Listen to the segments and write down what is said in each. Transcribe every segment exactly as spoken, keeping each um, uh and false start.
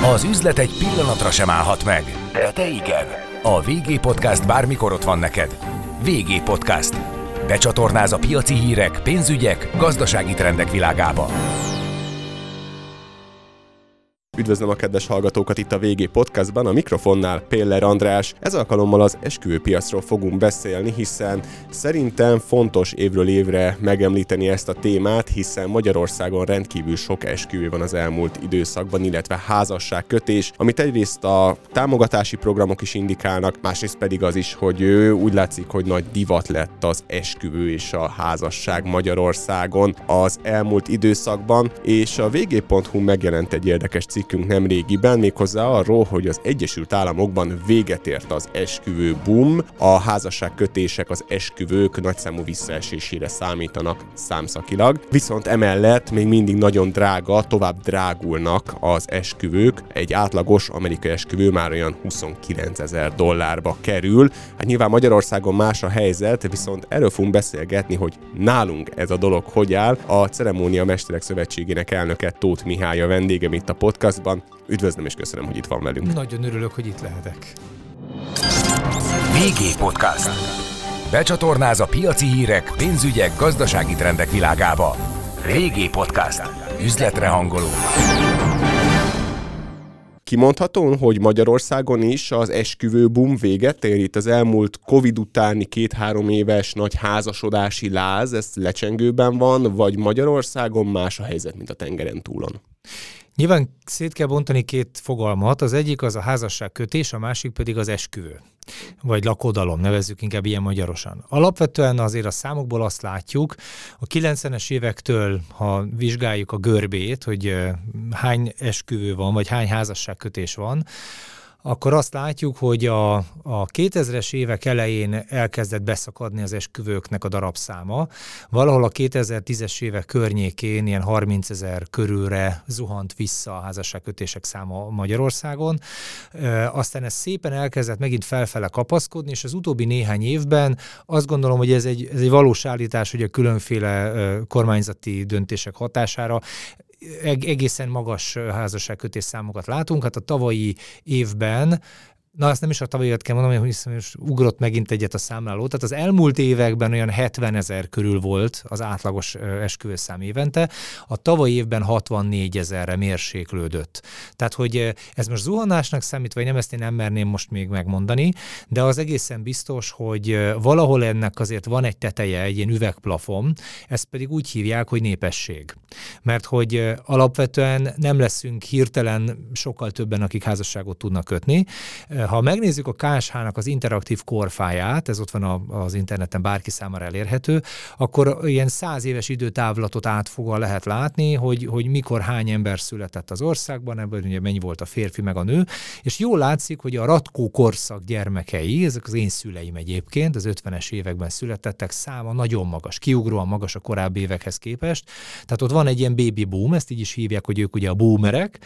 Az üzlet egy pillanatra sem állhat meg, de te igen. A vé gé Podcast bármikor ott van neked. vé gé Podcast. Becsatornáz a piaci hírek, pénzügyek, gazdasági trendek világába. Üdvözlöm a kedves hallgatókat itt a vé gé Podcastban, a mikrofonnál Péller András. Ez alkalommal az esküvőpiacról fogunk beszélni, hiszen szerintem fontos évről évre megemlíteni ezt a témát, hiszen Magyarországon rendkívül sok esküvő van az elmúlt időszakban, illetve házasságkötés, amit egyrészt a támogatási programok is indikálnak, másrészt pedig az is, hogy úgy látszik, hogy nagy divat lett az esküvő és a házasság Magyarországon az elmúlt időszakban, és a vé gé pont hu megjelent egy érdekes cikk nemrégiben, méghozzá arról, hogy az Egyesült Államokban véget ért az esküvő boom, a házasságkötések, az esküvők nagyszámú visszaesésére számítanak számszakilag, viszont emellett még mindig nagyon drága, tovább drágulnak az esküvők, egy átlagos amerikai esküvő már olyan huszonkilencezer dollárba kerül. Hát nyilván Magyarországon más a helyzet, viszont erről fogunk beszélgetni, hogy nálunk ez a dolog hogy áll. A Ceremónia Mesterek Szövetségének elnöke, Tóth Mihály a vendégem itt a podcast. Üdvözlöm és köszönöm, hogy itt van velünk. Nagyon örülök, hogy itt lehetek. vé gé Podcast. Becsatornáz a piaci hírek, pénzügyek, gazdasági trendek világába. vé gé Podcast. Üzletre hangoló. Kimondható, hogy Magyarországon is az esküvő boom véget ér? Itt az elmúlt Covid utáni két-három éves nagy házasodási láz, ez lecsengőben van, vagy Magyarországon más a helyzet, mint a tengeren túlon? Nyilván szét kell bontani két fogalmat, az egyik az a házasságkötés, a másik pedig az esküvő, vagy lakodalom, nevezzük inkább ilyen magyarosan. Alapvetően azért a számokból azt látjuk, a kilencvenes évektől, ha vizsgáljuk a görbét, hogy hány esküvő van, vagy hány házasságkötés van, akkor azt látjuk, hogy a, a kétezres évek elején elkezdett beszakadni az esküvőknek a darabszáma. Valahol a kétezer-tízes évek környékén ilyen harmincezer körülre zuhant vissza a házasságkötések száma Magyarországon. E, aztán ez szépen elkezdett megint felfele kapaszkodni, és az utóbbi néhány évben azt gondolom, hogy ez egy, ez egy valós állítás, hogy a különféle e, kormányzati döntések hatására egészen magas házasságkötés számokat látunk. Hát a tavalyi évben, na azt nem is a tavalyi kell mondani, hogy most ugrott megint egyet a számláló. Tehát az elmúlt években olyan hetvenezer körül volt az átlagos esküvőszám évente, a tavalyi évben hatvannégyezer-re mérséklődött. Tehát, hogy ez most zuhanásnak számít, vagy nem, ezt én nem merném most még megmondani, de az egészen biztos, hogy valahol ennek azért van egy teteje, egy ilyen üvegplafon, ezt pedig úgy hívják, hogy népesség. Mert hogy alapvetően nem leszünk hirtelen sokkal többen, akik házasságot tudnak kötni. Ha megnézzük a ká es há-nak az interaktív korfáját, ez ott van a, az interneten bárki számára elérhető, akkor ilyen száz éves időtávlatot átfogva lehet látni, hogy, hogy mikor hány ember született az országban, ebből ugye mennyi volt a férfi meg a nő, és jól látszik, hogy a Ratkó korszak gyermekei, ezek az én szüleim egyébként, az ötvenes években születettek száma nagyon magas, kiugróan magas a korábbi évekhez képest, tehát ott van egy ilyen baby boom, ezt így is hívják, hogy ők ugye a boomerek,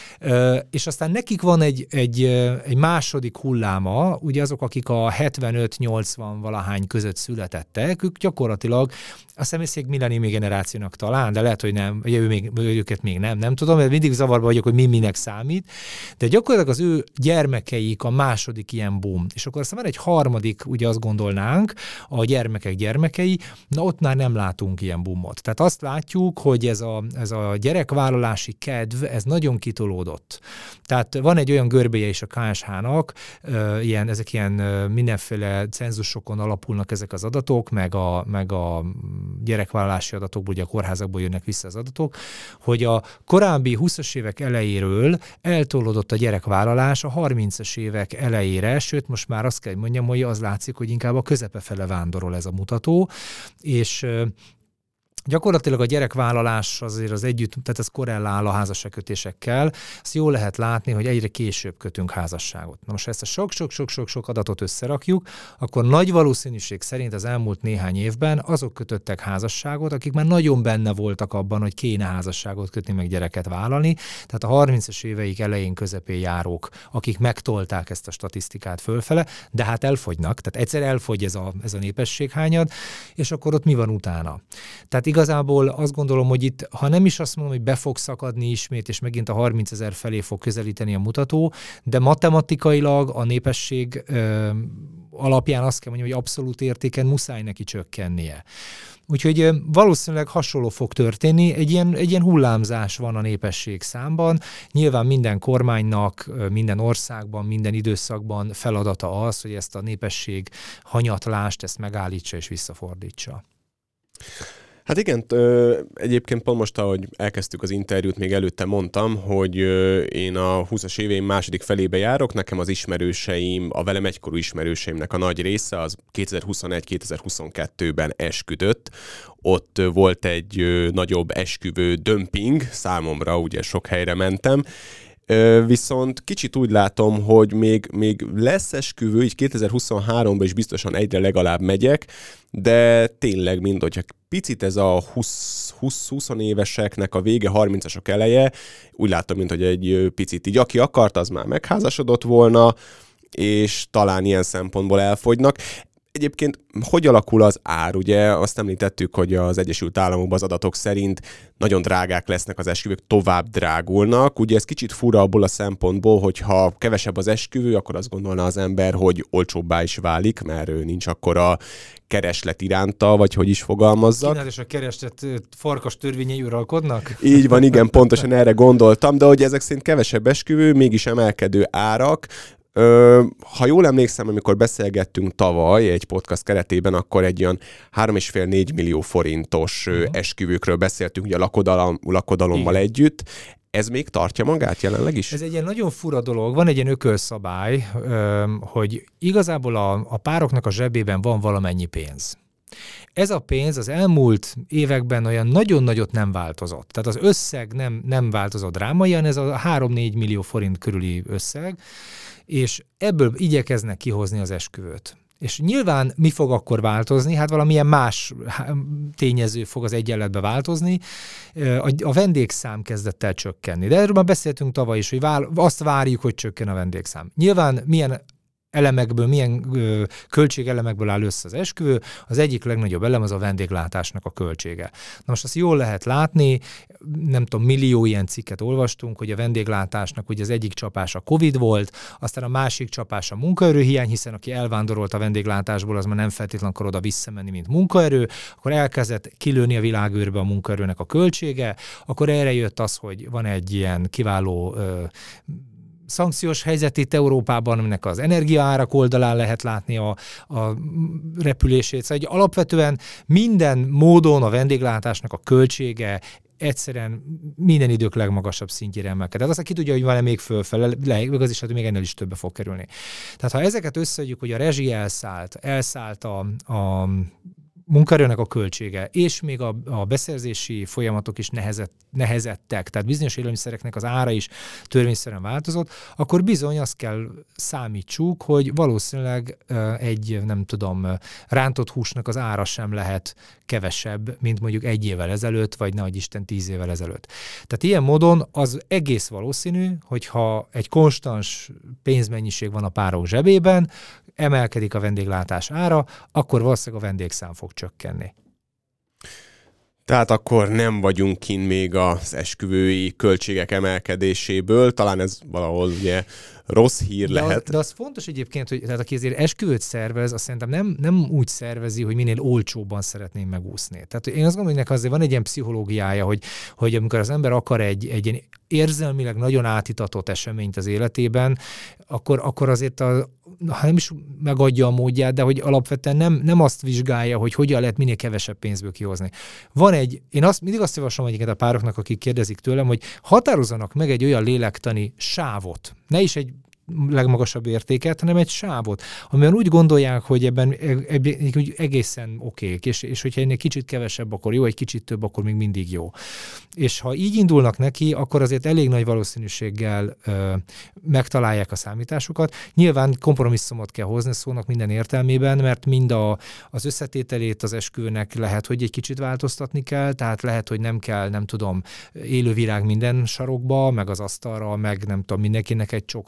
és aztán nekik van egy, egy, egy második hulláma, ugye azok, akik a hetvenöt-nyolcvan valahány között születettek, ők gyakorlatilag a személyszék millenniumi generációnak talán, de lehet, hogy nem, ugye ő még, őket még nem, nem tudom, mert mindig zavarba vagyok, hogy mi minek számít, de gyakorlatilag az ő gyermekeik a második ilyen boom. És akkor aztán van egy harmadik, ugye azt gondolnánk, a gyermekek gyermekei, na ott már nem látunk ilyen boomot. Tehát azt látjuk, hogy ez a, ez a gyerekvállalási kedv, ez nagyon kitolódott. Tehát van egy olyan görbéje is a ká es há-nak, ilyen, ezek ilyen mindenféle cenzusokon alapulnak ezek az adatok, meg a, meg a gyerekvállalási adatokból, ugye a kórházakból jönnek vissza az adatok, hogy a korábbi huszas évek elejéről eltolódott a gyerekvállalás a harmincas évek elejére, sőt most már azt kell mondjam, hogy az látszik, hogy inkább a közepe fele vándorol ez a mutató, és gyakorlatilag a gyerekvállalás azért az együtt, tehát ez korrelál a házasságkötésekkel. Ezt jól lehet látni, hogy egyre később kötünk házasságot. Na most, ha ezt a sok-sok-sok-sok adatot összerakjuk, akkor nagy valószínűség szerint az elmúlt néhány évben azok kötöttek házasságot, akik már nagyon benne voltak abban, hogy kéne házasságot kötni, meg gyereket vállalni. Tehát a harmincas éveik elején, közepén járók, akik megtolták ezt a statisztikát fölfele, de hát elfogynak, tehát egyszer elfogy ez a, ez a népességhányad, és akkor ott mi van utána? Tehát igazából azt gondolom, hogy itt, ha nem is azt mondom, hogy be fog szakadni ismét, és megint a harmincezer felé fog közelíteni a mutató, de matematikailag a népesség ö, alapján azt kell mondjam, hogy abszolút értéken muszáj neki csökkennie. Úgyhogy valószínűleg hasonló fog történni, egy ilyen, egy ilyen hullámzás van a népesség számban. Nyilván minden kormánynak, minden országban, minden időszakban feladata az, hogy ezt a népesség hanyatlást, ezt megállítsa és visszafordítsa. Hát igen, ö, egyébként pont most, ahogy elkezdtük az interjút, még előtte mondtam, hogy ö, én a húszas éveim második felébe járok, nekem az ismerőseim, a velem egykorú ismerőseimnek a nagy része az kétezer-huszonegy kétezer-huszonkettőben esküdött. Ott ö, volt egy ö, nagyobb esküvő dömping, számomra ugye sok helyre mentem, viszont kicsit úgy látom, hogy még, még lesz esküvő, így kétezer-huszonháromban is biztosan egyre legalább megyek, de tényleg mind, hogyha picit ez a húsz-húsz éveseknek a vége, harmincasok eleje, úgy látom, mint hogy egy picit így, aki akart, az már megházasodott volna, és talán ilyen szempontból elfogynak. Egyébként hogy alakul az ár? Ugye azt említettük, hogy az Egyesült Államokban az adatok szerint nagyon drágák lesznek az esküvők, tovább drágulnak. Ugye ez kicsit fura abból a szempontból, hogy ha kevesebb az esküvő, akkor azt gondolna az ember, hogy olcsóbbá is válik, mert nincs akkora kereslet iránta, vagy hogy is fogalmazzak. Kínálat és a kereslet farkas törvényei uralkodnak? Így van, igen, pontosan erre gondoltam, de hogy ezek szerint kevesebb esküvő, mégis emelkedő árak. Ö, ha jól emlékszem, amikor beszélgettünk tavaly egy podcast keretében, akkor egy olyan három és fél négy millió forintos uh-huh. esküvőkről beszéltünk, ugye a lakodalom, lakodalommal igen. együtt. Ez még tartja magát jelenleg is? Ez egy ilyen nagyon fura dolog. Van egy ilyen ökölszabály, hogy igazából a, a pároknak a zsebében van valamennyi pénz. Ez a pénz az elmúlt években olyan nagyon nagyot nem változott. Tehát az összeg nem, nem változott drámaian, ez a három-négy millió forint körüli összeg, és ebből igyekeznek kihozni az esküvőt. És nyilván mi fog akkor változni? Hát valamilyen más tényező fog az egyenletbe változni. A vendégszám kezdett el csökkenni. De erről már beszéltünk tavaly is, hogy azt várjuk, hogy csökken a vendégszám. Nyilván milyen elemekből, milyen ö, költségelemekből áll össze az esküvő, az egyik legnagyobb elem az a vendéglátásnak a költsége. Na most azt jól lehet látni, nem tudom, millió ilyen cikket olvastunk, hogy a vendéglátásnak ugye az egyik csapás a Covid volt, aztán a másik csapás a munkaerőhiány, hiszen aki elvándorolt a vendéglátásból, az már nem feltétlenül akar oda visszamenni, mint munkaerő, akkor elkezdett kilőni a világűrbe a munkaerőnek a költsége, akkor erre jött az, hogy van egy ilyen kiváló ö, szankciós helyzet itt Európában, aminek az energiaárak oldalán lehet látni a, a repülését. Szóval alapvetően minden módon a vendéglátásnak a költsége egyszerűen minden idők legmagasabb szintjére emelkedett. Tehát azt ki tudja, hogy van-e még fölfele, az is, hogy még ennél is többe fog kerülni. Tehát ha ezeket összeadjuk, hogy a rezsi elszállt, elszállt a, a munkaerőnek a költsége, és még a, a beszerzési folyamatok is nehezett, nehezettek, tehát bizonyos élelmiszereknek az ára is törvényszerűen változott, akkor bizony azt kell számítsuk, hogy valószínűleg egy, nem tudom, rántott húsnak az ára sem lehet kevesebb, mint mondjuk egy évvel ezelőtt, vagy nehogy Isten tíz évvel ezelőtt. Tehát ilyen módon az egész valószínű, hogyha egy konstans pénzmennyiség van a párok zsebében, emelkedik a vendéglátás ára, akkor valószínűleg a vendégszám fog csökkenni. Tehát akkor nem vagyunk kint még az esküvői költségek emelkedéséből, talán ez valahol ugye rossz hír de lehet. Az, de az fontos egyébként, hogy tehát aki azért esküvőt szervez, azt szerintem nem, nem úgy szervezi, hogy minél olcsóbban szeretném megúszni. Tehát én azt gondolom, hogy ennek azért van egy ilyen pszichológiája, hogy, hogy amikor az ember akar egy, egy ilyen érzelmileg nagyon átitatott eseményt az életében, akkor, akkor azért a, ha nem is megadja a módját, de hogy alapvetően nem, nem azt vizsgálja, hogy hogyan lehet minél kevesebb pénzből kihozni. Van egy, én azt, mindig azt javaslom egyébként a pároknak, akik kérdezik tőlem, hogy határozzanak meg egy olyan lélektani sávot, ne is egy legmagasabb értéket, hanem egy sávot, amiben úgy gondolják, hogy ebben, ebben egészen okék, és, és hogyha ennél kicsit kevesebb, akkor jó, egy kicsit több, akkor még mindig jó. És ha így indulnak neki, akkor azért elég nagy valószínűséggel ö, megtalálják a számításukat. Nyilván kompromisszumot kell hozni szónak minden értelmében, mert mind a, az összetételét az esküvőnek lehet, hogy egy kicsit változtatni kell, tehát lehet, hogy nem kell, nem tudom, élővirág minden sarokba, meg az asztalra, meg nem tudom, mindenkinek egy csokrot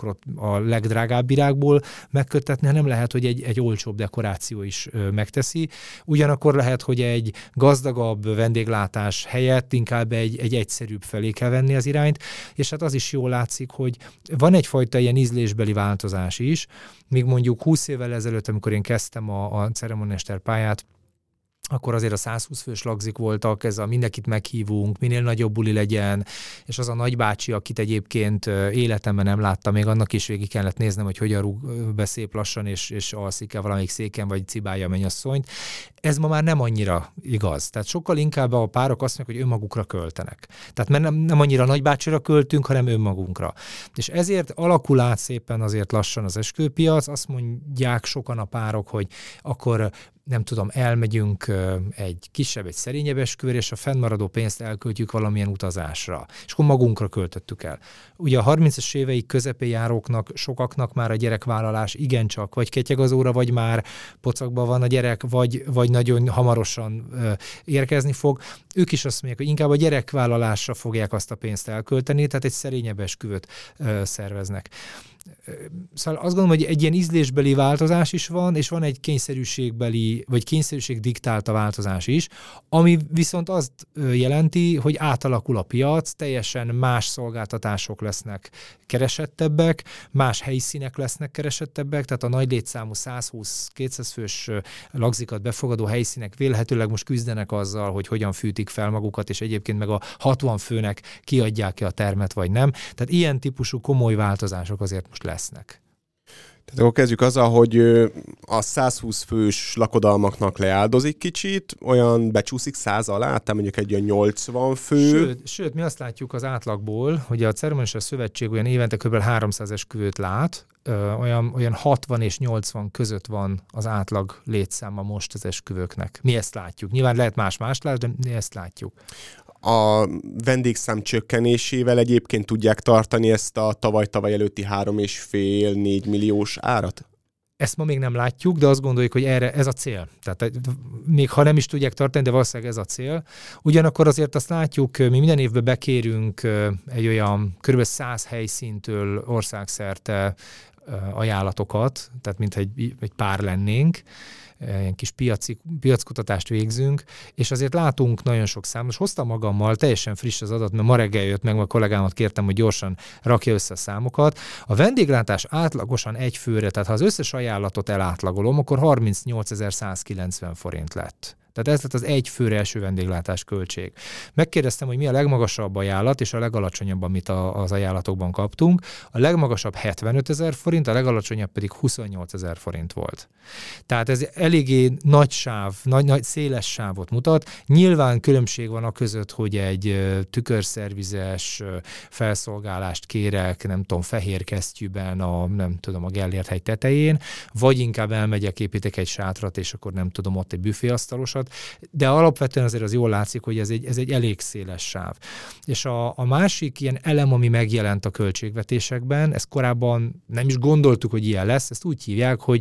a legdrágább virágból megköttetni, hanem lehet, hogy egy, egy olcsóbb dekoráció is megteszi. Ugyanakkor lehet, hogy egy gazdagabb vendéglátás helyett inkább egy, egy egyszerűbb felé kell venni az irányt, és hát az is jól látszik, hogy van egyfajta ilyen ízlésbeli változás is, míg mondjuk húsz évvel ezelőtt, amikor én kezdtem a, a ceremoniamester pályát, akkor azért a százhúsz fős lagzik voltak, ez a mindenkit meghívunk, minél nagyobb buli legyen, és az a nagybácsi, akit egyébként életemben nem láttam, még annak is végig kellett néznem, hogy hogyan rúg be szép lassan, és, és alszik-e valamelyik széken, vagy cibálja a mennyasszonyt. Ez ma már nem annyira igaz. Tehát sokkal inkább a párok azt mondják, hogy önmagukra költenek. Tehát mert nem, nem annyira nagybácsira költünk, hanem önmagunkra. És ezért alakul át szépen azért lassan az esküvőpiac, azt mondják sokan a párok, hogy akkor nem tudom, elmegyünk egy kisebb, egy szerényebb esküvőre, és a fennmaradó pénzt elköltjük valamilyen utazásra. És akkor magunkra költöttük el. Ugye a harmincas éveik közepén járóknak, sokaknak már a gyerekvállalás igencsak, vagy ketyegazóra, vagy már pocakban van a gyerek, vagy, vagy nagyon hamarosan ö, érkezni fog. Ők is azt mondják, hogy inkább a gyerekvállalásra fogják azt a pénzt elkölteni, tehát egy szerényebb esküvőt ö, szerveznek. Szóval azt gondolom, hogy egy ilyen ízlésbeli változás is van, és van egy kényszerűségbeli, vagy kényszerűség diktálta változás is, ami viszont azt jelenti, hogy átalakul a piac, teljesen más szolgáltatások lesznek keresettebbek, más helyszínek lesznek keresettebbek, tehát a nagy létszámú százhúsz-kétszáz fős lagzikat befogadó helyszínek vélhetőleg most küzdenek azzal, hogy hogyan fűtik fel magukat, és egyébként meg a hatvan főnek kiadják-e a termet, vagy nem. Tehát ilyen típusú komoly változások azért most lesznek. Tehát akkor kezdjük azzal, hogy a százhúsz fős lakodalmaknak leáldozik kicsit, olyan becsúszik száz alá, tehát mondjuk egy olyan nyolcvan fő. Sőt, sőt, mi azt látjuk az átlagból, hogy a Ceremoniamester Szövetség olyan évente kb. háromszáz esküvőt lát, olyan, olyan hatvan és nyolcvan között van az átlag létszáma most az esküvőknek. Mi ezt látjuk. Nyilván lehet más-más lát, de mi ezt látjuk. A vendégszám csökkenésével egyébként tudják tartani ezt a tavaly-tavaly előtti három és fél négy milliós árat? Ezt ma még nem látjuk, de azt gondoljuk, hogy erre ez a cél. Tehát még ha nem is tudják tartani, de valószínűleg ez a cél. Ugyanakkor azért azt látjuk, mi minden évben bekérünk egy olyan kb. száz helyszíntől országszerte ajánlatokat, tehát mintha egy, egy pár lennénk, ilyen kis piaci, piackutatást végzünk, és azért látunk nagyon sok számot. Most hoztam magammal, teljesen friss az adat, mert ma reggel jött meg, a kollégámat kértem, hogy gyorsan rakja össze a számokat. A vendéglátás átlagosan egy főre, tehát ha az összes ajánlatot elátlagolom, akkor harmincnyolcezer-százkilencven forint lett. Tehát ez lett az egy főre első vendéglátás költség. Megkérdeztem, hogy mi a legmagasabb ajánlat, és a legalacsonyabb, amit a, az ajánlatokban kaptunk. A legmagasabb hetvenötezer forint, a legalacsonyabb pedig huszonnyolcezer forint volt. Tehát ez eléggé nagy sáv, nagy, nagy széles sávot mutat. Nyilván különbség van a között, hogy egy tükörszervizes felszolgálást kérek, nem tudom, fehér kesztyűben, a, nem tudom, a Gellért-hegy tetején, vagy inkább elmegyek, építek egy sátrat, és akkor nem tudom, ott egy büféasztalosat, de alapvetően azért az jól látszik, hogy ez egy, ez egy elég széles sáv. És a, a másik ilyen elem, ami megjelent a költségvetésekben, ezt korábban nem is gondoltuk, hogy ilyen lesz, ezt úgy hívják, hogy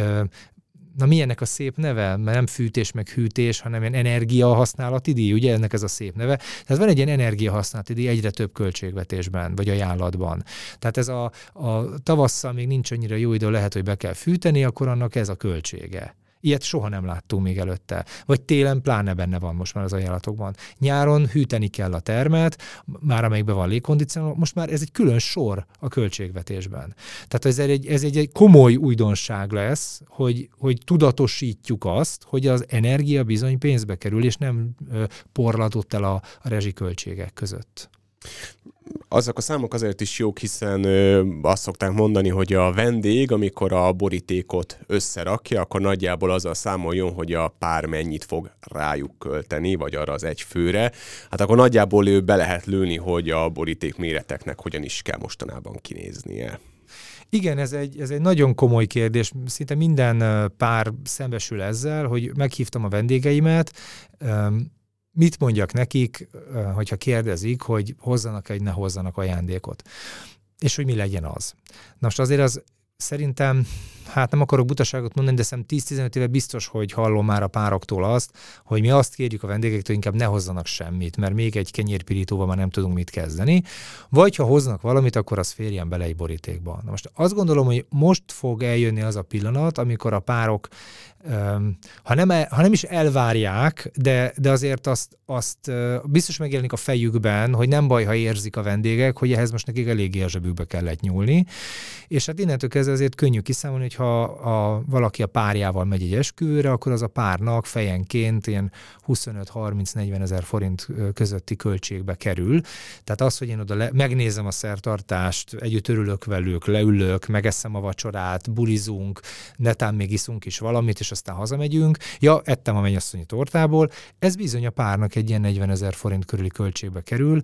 na mi ennek a szép neve? Mert nem fűtés meg hűtés, hanem ilyen energiahasználati díj, ugye ennek ez a szép neve. Tehát van egy ilyen energiahasználati díj egyre több költségvetésben, vagy ajánlatban. Tehát ez a, a tavasszal még nincs annyira jó idő, lehet, hogy be kell fűteni, akkor annak ez a költsége. Ilyet soha nem láttunk még előtte. Vagy télen pláne benne van most már az ajánlatokban. Nyáron hűteni kell a termet, már amelyikben van légkondicionáló, most már ez egy külön sor a költségvetésben. Tehát ez egy, ez egy, egy komoly újdonság lesz, hogy, hogy tudatosítjuk azt, hogy az energia bizony pénzbe kerül, és nem ö, porladott el a, a rezsiköltségek között. Azok a számok azért is jók, hiszen ö, azt szokták mondani, hogy a vendég, amikor a borítékot összerakja, akkor nagyjából azzal számoljon, hogy a pár mennyit fog rájuk költeni, vagy arra az egy főre. Hát akkor nagyjából ő be lehet lőni, hogy a boríték méreteknek hogyan is kell mostanában kinéznie. Igen, ez egy, ez egy nagyon komoly kérdés. Szinte minden pár szembesül ezzel, hogy meghívtam a vendégeimet, mit mondjak nekik, hogyha kérdezik, hogy hozzanak egy, ne hozzanak ajándékot. És hogy mi legyen az. Na most azért az szerintem, hát nem akarok butaságot mondani, de szerintem tíz-tizenöt éve biztos, hogy hallom már a pároktól azt, hogy mi azt kérjük a vendégektől, inkább ne hozzanak semmit, mert még egy kenyérpirítóval már nem tudunk mit kezdeni, vagy ha hoznak valamit, akkor az férjen bele egy borítékba. Na most azt gondolom, hogy most fog eljönni az a pillanat, amikor a párok, ha nem, ha nem is elvárják, de, de azért azt, azt biztos megjelenik a fejükben, hogy nem baj, ha érzik a vendégek, hogy ehhez most nekik eléggé a zsebükbe kellett nyúlni. És hát innentől kezdve azért könnyű kiszámolni, hogy ha a, valaki a párjával megy egy esküvőre, akkor az a párnak fejenként ilyen huszonöt-harminc-negyven ezer forint közötti költségbe kerül. Tehát az, hogy én oda le, megnézem a szertartást, együtt örülök velük, leülök, megeszem a vacsorát, bulizunk, netán még iszunk is valamit, és aztán hazamegyünk. Ja, ettem a mennyasszonyi tortából. Ez bizony a párnak egy ilyen negyven ezer forint körüli költségbe kerül.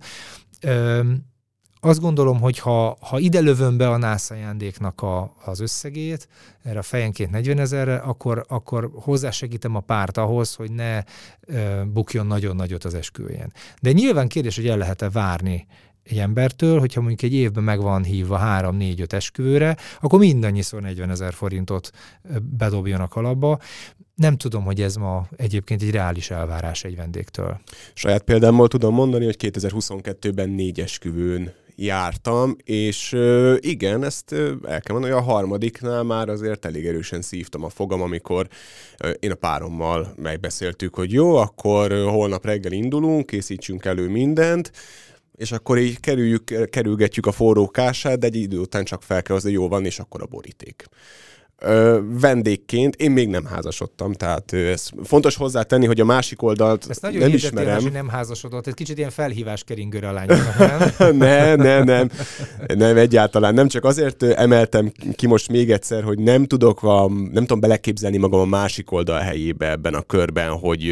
Üm, Azt gondolom, hogy ha, ha ide lövöm be a nász ajándéknak a, az összegét, erre a fejenként negyven ezerre, akkor, akkor hozzásegítem a párt ahhoz, hogy ne e, bukjon nagyon nagyot az esküvőjén. De nyilván kérdés, hogy el lehet-e várni egy embertől, hogyha mondjuk egy évben meg van hívva három, négy, öt esküvőre, akkor mindannyiszor negyven ezer forintot bedobjon a kalapba. Nem tudom, hogy ez ma egyébként egy reális elvárás egy vendégtől. Saját példámmal tudom mondani, hogy kétezer-huszonkettőben négy esküvőn jártam, és euh, igen, ezt euh, el kell mondani, hogy a harmadiknál már azért elég erősen szívtam a fogam, amikor euh, én a párommal megbeszéltük, hogy jó, akkor euh, holnap reggel indulunk, készítsünk elő mindent, és akkor így kerüljük, kerülgetjük a forró kását, de egy idő után csak fel kell hozni, jó van, és akkor a boríték. Ö, vendégként én még nem házasodtam, tehát ez fontos hozzátenni, hogy a másik oldalt ezt nagyon nem hirdettél, ismerem. hogy nem házasodott, ez kicsit ilyen felhívás keringőre a lányoknak, nem? nem, nem, nem, nem, egyáltalán nem, csak azért emeltem ki most még egyszer, hogy nem tudok, a, nem tudom beleképzelni magam a másik oldal helyébe ebben a körben, hogy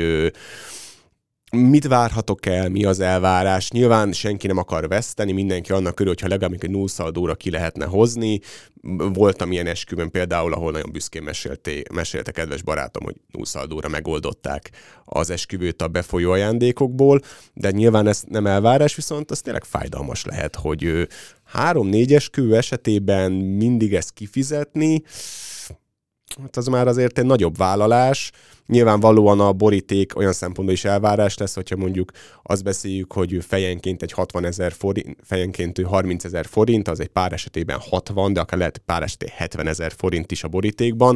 mit várhatok el, mi az elvárás. Nyilván senki nem akar veszteni, mindenki annak körül, hogyha legalább egy nullszaldóra ki lehetne hozni. Voltam ilyen esküvőn például, ahol nagyon büszkén mesélte, mesélte kedves barátom, hogy nullszaldóra megoldották az esküvőt a befolyó ajándékokból, de nyilván ez nem elvárás, viszont az tényleg fájdalmas lehet, hogy három-négy esküvő esetében mindig ezt kifizetni, hát az már azért egy nagyobb vállalás. Nyilvánvalóan a boríték olyan szempontból is elvárás lesz, hogyha mondjuk azt beszéljük, hogy fejenként egy hatvan ezer forint, fejenként harminc ezer forint, az egy pár esetében hatvan, de akár lehet pár esetében hetven ezer forint is a borítékban.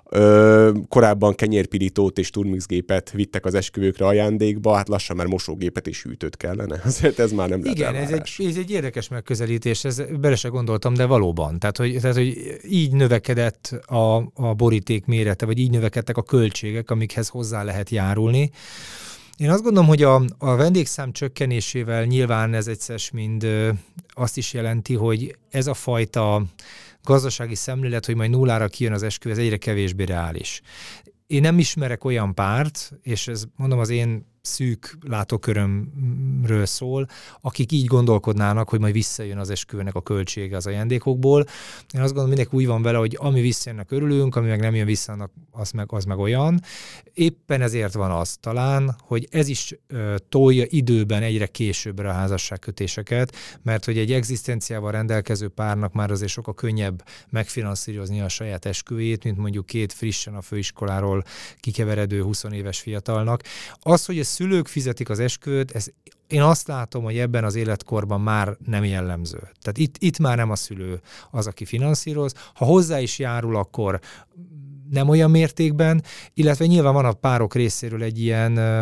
Ö, korábban kenyérpirítót és turmixgépet vittek az esküvőkre ajándékba, hát lassan már mosógépet és hűtőt kellene. Azért ez már nem lehet igen, ez egy, ez egy érdekes megközelítés, ez bele se gondoltam, de valóban. Tehát, hogy, tehát, hogy így növekedett a, a boríték mérete, vagy így növekedtek a költségek, amikhez hozzá lehet járulni. Én azt gondolom, hogy a, a vendégszám csökkenésével nyilván ez egyszer mind ö, azt is jelenti, hogy ez a fajta gazdasági szemlélet, hogy majd nullára kijön az esküvő, ez egyre kevésbé reális. Én nem ismerek olyan párt, és ez mondom az én szűk látókörömről szól, akik így gondolkodnának, hogy majd visszajön az esküvőnek a költsége az ajándékokból. Én azt gondolom, mindenki úgy van vele, hogy ami visszajönnek örülünk, ami meg nem jön vissza, az meg, az meg olyan. Éppen ezért van az talán, hogy ez is ö, tolja időben egyre későbbre a házasságkötéseket, mert hogy egy egzisztenciával rendelkező párnak már azért sokkal könnyebb megfinanszírozni a saját esküvőjét, mint mondjuk két frissen a főiskoláról kikeveredő húsz éves fiatalnak. Az, hogy a szülők fizetik az esküvőt, ez, én azt látom, hogy ebben az életkorban már nem jellemző. Tehát itt, itt már nem a szülő az, aki finanszíroz. Ha hozzá is járul, akkor nem olyan mértékben, illetve nyilván van a párok részéről egy ilyen ö,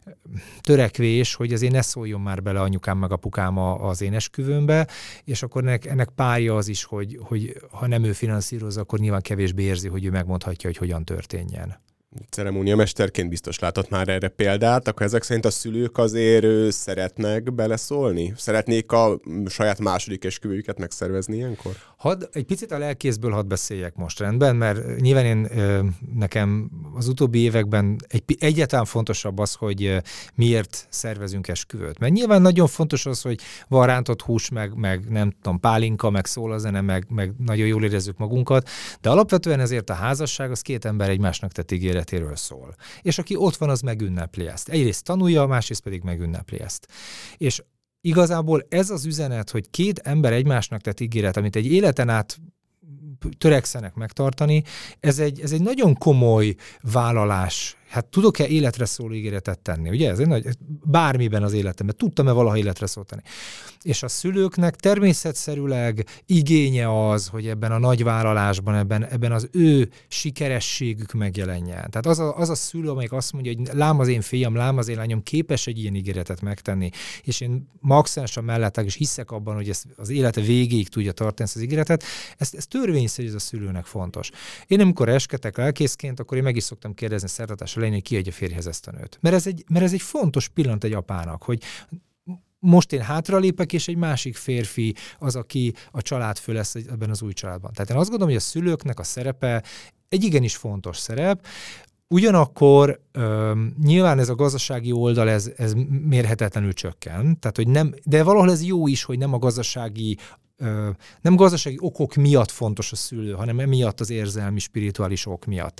törekvés, hogy azért ne szóljon már bele anyukám meg apukám az én esküvőmbe, és akkor ennek, ennek párja az is, hogy, hogy ha nem ő finanszíroz, akkor nyilván kevésbé érzi, hogy ő megmondhatja, hogy hogyan történjen. Ceremóniamesterként biztos látott már erre példát, akkor ezek szerint a szülők azért szeretnek beleszólni? Szeretnék a saját második esküvőjüket megszervezni ilyenkor? Hadd, egy picit a lelkészből hadd beszéljek most, rendben, mert nyilván én, nekem az utóbbi években egy, egyáltalán fontosabb az, hogy miért szervezünk esküvőt. Mert nyilván nagyon fontos az, hogy van rántott hús, meg, meg nem tudom, pálinka, meg szól a zene, meg, meg nagyon jól érezzük magunkat, de alapvetően ezért a házasság az két ember egymásnak tett ígéretéről szól. És aki ott van, az megünnepli ezt. Egyrészt tanulja, másrészt pedig megünnepli ezt. És igazából ez az üzenet, hogy két ember egymásnak tett ígéret, amit egy életen át törekszenek megtartani. Ez egy, ez egy nagyon komoly vállalás. Hát tudok-e életre szóló ígéretet tenni? Ugye ez egy nagy, bármiben az életemben. Tudtam-e valaha életre szót tenni? És a szülőknek természetszerűleg igénye az, hogy ebben a nagy vállalásban, ebben, ebben az ő sikerességük megjelenjen. Tehát az a, az a szülő, amelyik azt mondja, hogy lám az én fiam, lám az én lányom képes egy ilyen ígéretet megtenni, és én maximálisan mellettek, és hiszek abban, hogy ezt az élete végéig tudja tartani ezt az ígéretet, ez, ez törvényszerű, ez a szülőnek fontos. Én amikor esketek lelkészként, akkor én meg is szoktam kérdezni szertartás elején, hogy ki adja férjhez ezt a nőt. Mert ez, egy, mert ez egy fontos pillanat egy apának, hogy most én hátralépek, és egy másik férfi az, aki a családfő lesz ebben az új családban. Tehát én azt gondolom, hogy a szülőknek a szerepe egy igenis fontos szerep. Ugyanakkor um, nyilván ez a gazdasági oldal, ez, ez mérhetetlenül csökken, tehát, hogy nem, de valahol ez jó is, hogy nem a gazdasági uh, nem gazdasági okok miatt fontos a szülő, hanem emiatt az érzelmi, spirituális ok miatt.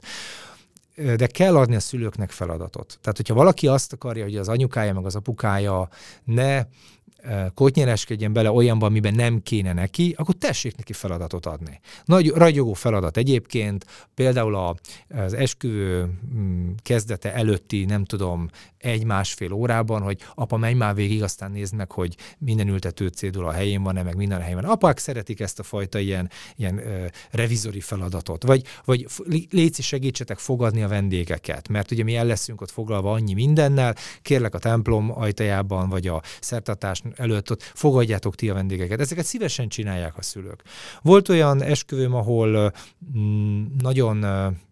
De kell adni a szülőknek feladatot. Tehát, hogyha valaki azt akarja, hogy az anyukája meg az apukája ne kotnyereskedjen bele olyanban, amiben nem kéne neki, akkor tessék neki feladatot adni. Nagy ragyogó feladat egyébként, például a, az esküvő kezdete előtti, nem tudom, egy-másfél órában, hogy apa, menj már végig, aztán nézd meg, hogy minden ültető cédula a helyén van-e, meg minden a helyén van. Apák szeretik ezt a fajta ilyen, ilyen uh, revizori feladatot. Vagy, vagy léci, segítsetek fogadni a vendégeket, mert ugye mi el leszünk ott foglalva annyi mindennel, kérlek a templom ajtajában, vagy a szertartás előtt ott fogadjátok ti a vendégeket. Ezeket szívesen csinálják a szülők. Volt olyan esküvőm, ahol mm, nagyon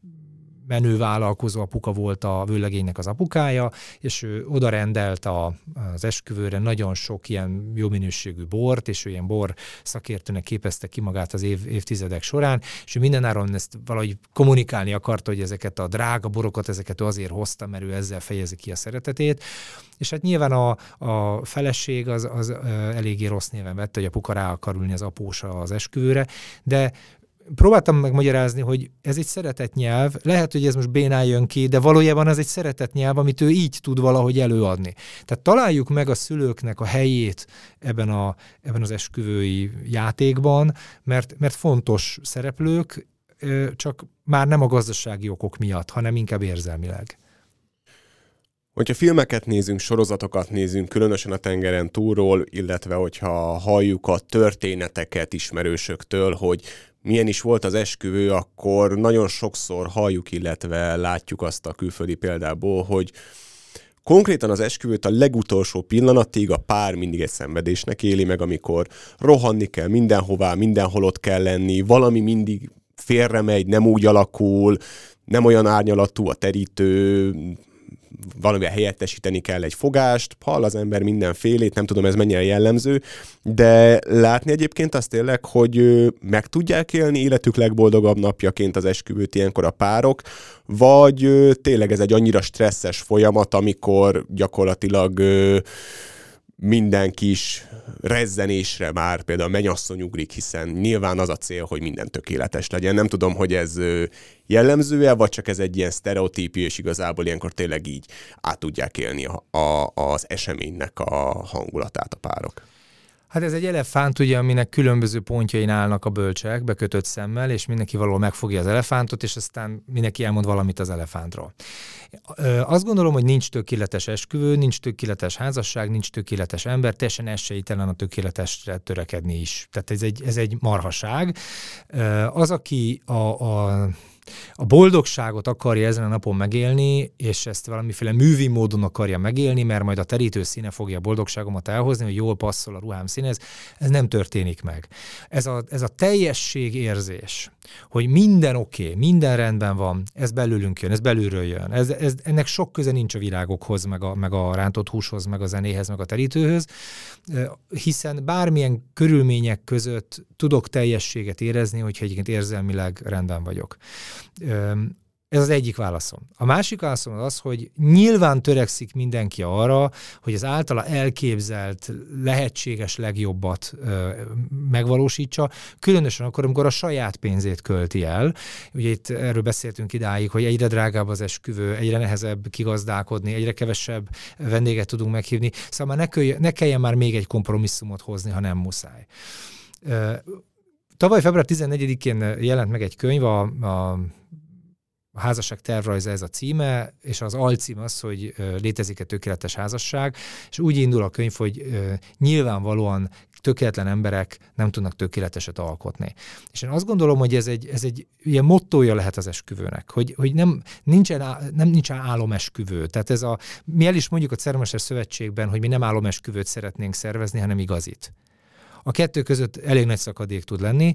menő vállalkozó apuka volt a vőlegénynek az apukája, és ő oda rendelt a, az esküvőre nagyon sok ilyen jó minőségű bort, és ő ilyen bor szakértőnek képezte ki magát az év, évtizedek során, és ő mindenáron ezt valahogy kommunikálni akarta, hogy ezeket a drága borokat, ezeket ő azért hozta, mert ő ezzel fejezi ki a szeretetét. És hát nyilván a, a feleség az, az eléggé rossz néven vette, hogy apuka rá akar ülni az apósa az esküvőre, de próbáltam megmagyarázni, hogy ez egy szeretetnyelv, lehet, hogy ez most bénán jön ki, de valójában ez egy szeretetnyelv, amit ő így tud valahogy előadni. Tehát találjuk meg a szülőknek a helyét ebben, a, ebben az esküvői játékban, mert, mert fontos szereplők, csak már nem a gazdasági okok miatt, hanem inkább érzelmileg. Hogyha filmeket nézünk, sorozatokat nézünk, különösen a tengeren túlról, illetve hogyha halljuk a történeteket ismerősöktől, hogy milyen is volt az esküvő, akkor nagyon sokszor halljuk, illetve látjuk azt a külföldi példából, hogy konkrétan az esküvőt a legutolsó pillanatig a pár mindig egy szenvedésnek éli meg, amikor rohanni kell mindenhová, mindenhol ott kell lenni, valami mindig félremegy, nem úgy alakul, nem olyan árnyalatú a terítő, valamivel helyettesíteni kell egy fogást, hall az ember mindenfélét, nem tudom ez mennyire jellemző, de látni egyébként azt tényleg, hogy meg tudják élni életük legboldogabb napjaként az esküvőt ilyenkor a párok, vagy tényleg ez egy annyira stresszes folyamat, amikor gyakorlatilag mindenki is rezzenésre már például a mennyasszony ugrik, hiszen nyilván az a cél, hogy minden tökéletes legyen. Nem tudom, hogy ez jellemző-e, vagy csak ez egy ilyen sztereotípia, és igazából ilyenkor tényleg így át tudják élni a, a, az eseménynek a hangulatát a párok. Hát ez egy elefánt, ugye, aminek különböző pontjain állnak a bölcsek, bekötött szemmel, és mindenki valahol megfogja az elefántot, és aztán mindenki elmond valamit az elefántról. Azt gondolom, hogy nincs tökéletes esküvő, nincs tökéletes házasság, nincs tökéletes ember, teljesen esélytelen a tökéletesre törekedni is. Tehát ez egy, ez egy marhaság. Az, aki a, a a boldogságot akarja ezen a napon megélni, és ezt valamiféle művi módon akarja megélni, mert majd a terítő színe fogja a boldogságomat elhozni, hogy jól passzol a ruhám színhez, ez nem történik meg. Ez a, ez a teljesség érzés, hogy minden oké, okay, minden rendben van, ez belőlünk jön, ez belülről jön. Ez, ez, ennek sok köze nincs a virágokhoz, meg a, meg a rántott húshoz, meg a zenéhez, meg a terítőhöz, hiszen bármilyen körülmények között tudok teljességet érezni, hogyha egyébként érzelmileg rendben vagyok. Ez az egyik válaszom. A másik válaszom az az, hogy nyilván törekszik mindenki arra, hogy az általa elképzelt, lehetséges legjobbat ö, megvalósítsa, különösen akkor, amikor a saját pénzét költi el. Ugye itt erről beszéltünk idáig, hogy egyre drágább az esküvő, egyre nehezebb kigazdálkodni, egyre kevesebb vendéget tudunk meghívni, szóval már ne, köly- ne kelljen már még egy kompromisszumot hozni, ha nem muszáj. Ö, Tavaly február tizennegyedikén jelent meg egy könyv, a, a A házasság tervrajza ez a címe, és az alcím az, hogy létezik-e tökéletes házasság, és úgy indul a könyv, hogy nyilvánvalóan tökéletlen emberek nem tudnak tökéleteset alkotni. És én azt gondolom, hogy ez egy, ez egy ilyen mottója lehet az esküvőnek, hogy, hogy nem, nincsen, nem nincsen álomesküvő. Tehát ez a, mi el is mondjuk a Ceremoniamester Szövetségben, hogy mi nem álomesküvőt szeretnénk szervezni, hanem igazit. A kettő között elég nagy szakadék tud lenni,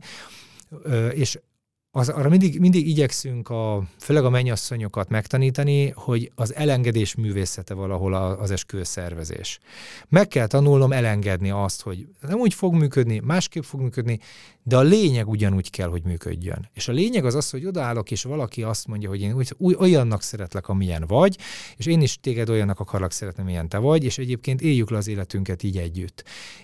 és Az, arra mindig, mindig igyekszünk, a, főleg a mennyasszonyokat megtanítani, hogy az elengedés művészete valahol az esküvő szervezés. Meg kell tanulnom elengedni azt, hogy nem úgy fog működni, másképp fog működni, de a lényeg ugyanúgy kell, hogy működjön. És a lényeg az az, hogy odaállok, és valaki azt mondja, hogy én úgy, úgy, olyannak szeretlek, amilyen vagy, és én is téged olyannak akarlak szeretni, amilyen te vagy, és egyébként éljük le az életünket így együtt.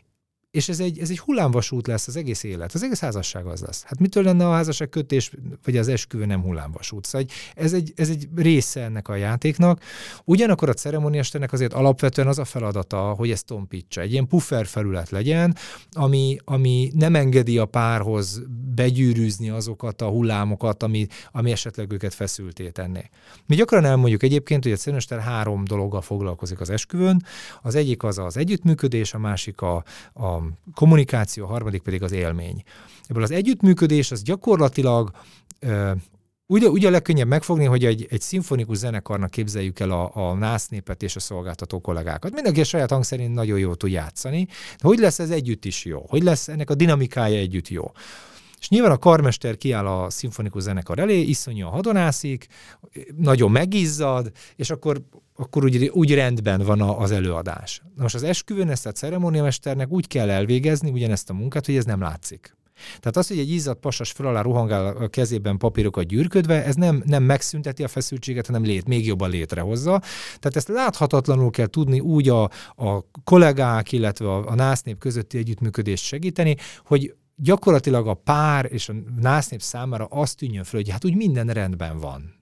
És ez egy, ez egy hullámvasút lesz az egész élet, az egész házasság az lesz. Hát mitől lenne a házasság kötés, vagy az esküvő nem hullámvasút? Szóval ez egy, ez egy része ennek a játéknak. Ugyanakkor a ceremóniamesternek azért alapvetően az a feladata, hogy ezt tompítsa. Egy ilyen puffer felület legyen, ami, ami nem engedi a párhoz begyűrűzni azokat a hullámokat, ami, ami esetleg őket feszülté tenné. Mi gyakran elmondjuk egyébként, hogy a ceremóniamester három dologgal foglalkozik az esküvőn. Az egyik az az együttműködés, a másik a, a kommunikáció, a harmadik pedig az élmény. Ebből az együttműködés az gyakorlatilag uh, úgy, úgy a legkönnyebb megfogni, hogy egy, egy szimfonikus zenekarnak képzeljük el a, a násznépet és a szolgáltató kollégákat. Mindenki a saját hang szerint nagyon jól tud játszani, de hogy lesz ez együtt is jó? Hogy lesz ennek a dinamikája együtt jó? És nyilván a karmester kiáll a szimfonikus zenekar elé, iszonyúan hadonászik, nagyon megizzad, és akkor, akkor úgy, úgy rendben van az előadás. Na most az esküvőn ezt a ceremóniamesternek úgy kell elvégezni ugyanezt a munkát, hogy ez nem látszik. Tehát az, hogy egy izzadt pasas föl alá rohangál a kezében papírokat gyűrködve, ez nem, nem megszünteti a feszültséget, hanem lét, még jobban létrehozza. Tehát ezt láthatatlanul kell tudni úgy a, a kollégák, illetve a, a násznép közötti együttműködést segíteni, hogy gyakorlatilag a pár és a násznép számára azt tűnjön fel, hogy hát úgy minden rendben van.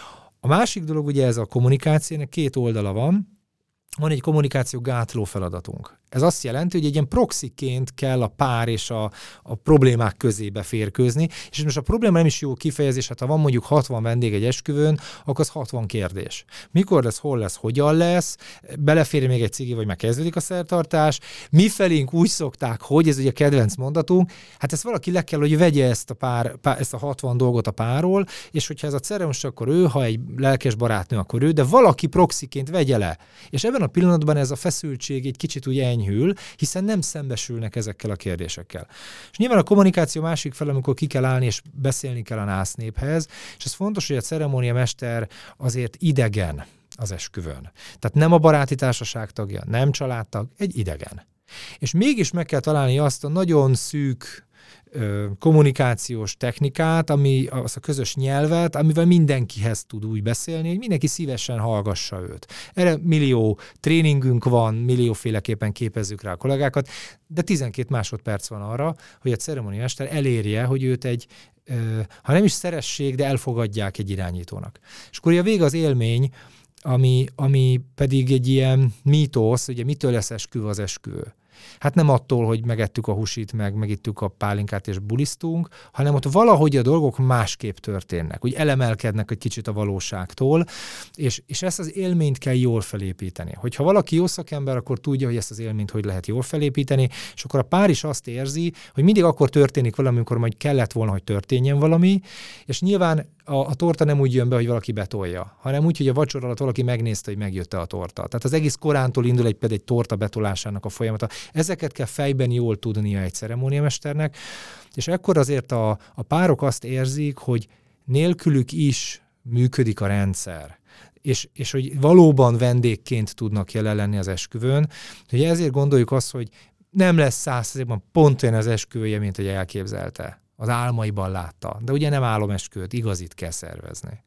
A másik dolog ugye ez a kommunikációnak két oldala van. Van egy kommunikáció gátló feladatunk. Ez azt jelenti, hogy egy ilyen proxiként kell a pár és a, a problémák közébe férkőzni, és most a probléma nem is jó kifejezés, hát ha van mondjuk hatvan vendég egy esküvőn, akkor az hatvan kérdés. Mikor lesz, hol lesz, hogyan lesz, belefér még egy cigi, vagy már kezdődik a szertartás, mi felénk úgy szokták, hogy ez ugye a kedvenc mondatunk, hát ezt valaki le kell, hogy vegye ezt a, pár, pár, ezt a hatvan dolgot a párról, és hogyha ez a ceremoniás, akkor ő, ha egy lelkes barátnő, akkor ő, de valaki proxiként vegye le. És ebben a pillanatban ez a feszültség egy kicsit úgy enyhül, hiszen nem szembesülnek ezekkel a kérdésekkel. És nyilván a kommunikáció másik fel, amikor ki kell állni és beszélni kell a násznéphez, és ez fontos, hogy a ceremóniamester azért idegen az esküvőn. Tehát nem a baráti társaság tagja, nem családtag, egy idegen. És mégis meg kell találni azt a nagyon szűk kommunikációs technikát, ami az a közös nyelvet, amivel mindenkihez tud úgy beszélni, hogy mindenki szívesen hallgassa őt. Erre millió tréningünk van, millióféleképpen képezzük rá a kollégákat, de tizenkét másodperc van arra, hogy a ceremóniamester elérje, hogy őt egy, ha nem is szeressék, de elfogadják egy irányítónak. És akkor a vége az élmény, ami, ami pedig egy ilyen mítosz, ugye mitől lesz esküvő az esküvő. Hát nem attól, hogy megettük a husit, meg megittük a pálinkát és bulisztunk, hanem ott valahogy a dolgok másképp történnek, úgy elemelkednek egy kicsit a valóságtól, és, és ezt az élményt kell jól felépíteni. Hogyha valaki jó szakember, akkor tudja, hogy ezt az élményt hogy lehet jól felépíteni, és akkor a pár is azt érzi, hogy mindig akkor történik valami, amikor majd kellett volna, hogy történjen valami, és nyilván a, a torta nem úgy jön be, hogy valaki betolja, hanem úgy, hogy a vacsora alatt valaki megnézte, hogy megjött-e a torta. Tehát az egész korántól indul egy például egy torta betolásának a folyamata. Ezeket kell fejben jól tudnia egy ceremóniamesternek, és ekkor azért a, a párok azt érzik, hogy nélkülük is működik a rendszer. És, és hogy valóban vendégként tudnak jelen lenni az esküvőn. Ugye ezért gondoljuk azt, hogy nem lesz száz százalékban pont olyan az esküvője, mint hogy elképzelte. Az álmaiban látta. De ugye nem álomesküvőt, igazit kell szervezni.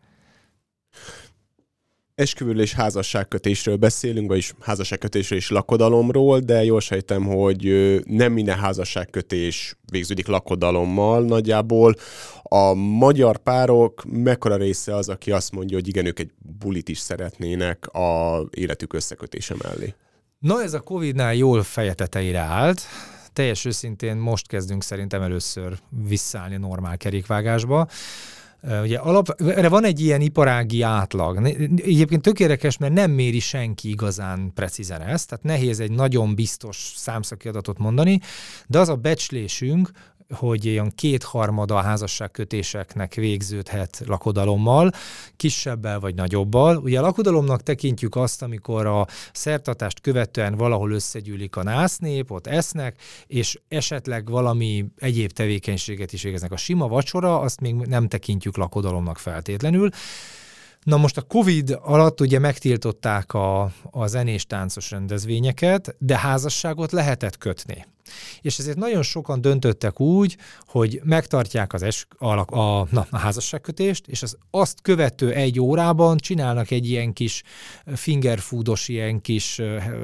Esküvőről és házasságkötésről beszélünk, vagyis házasságkötésről és lakodalomról, de jól sejtem, hogy nem minden házasságkötés végződik lakodalommal. Nagyjából a magyar párok mekkora része az, aki azt mondja, hogy igen, ők egy bulit is szeretnének a életük összekötése mellé? Na, ez a Covidnál jól feje tetejére állt. teljes őszintén most kezdünk szerintem először visszaállni normál kerékvágásba. Ugye alap, erre van egy ilyen iparági átlag. Egyébként tök érdekes, mert nem méri senki igazán precízen ezt, tehát nehéz egy nagyon biztos számszaki adatot mondani, de az a becslésünk, hogy ilyen kétharmada a házasságkötéseknek végződhet lakodalommal, kisebbel vagy nagyobbal. Ugye a lakodalomnak tekintjük azt, amikor a szertartást követően valahol összegyűlik a násznép, ott esznek, és esetleg valami egyéb tevékenységet is végeznek. A sima vacsora, azt még nem tekintjük lakodalomnak feltétlenül. Na most a Covid alatt ugye megtiltották a, a zenés-táncos rendezvényeket, de házasságot lehetett kötni. És ezért nagyon sokan döntöttek úgy, hogy megtartják az es, a, a, na, a házasságkötést, és az azt követő egy órában csinálnak egy ilyen kis fingerfoodos, ilyen kis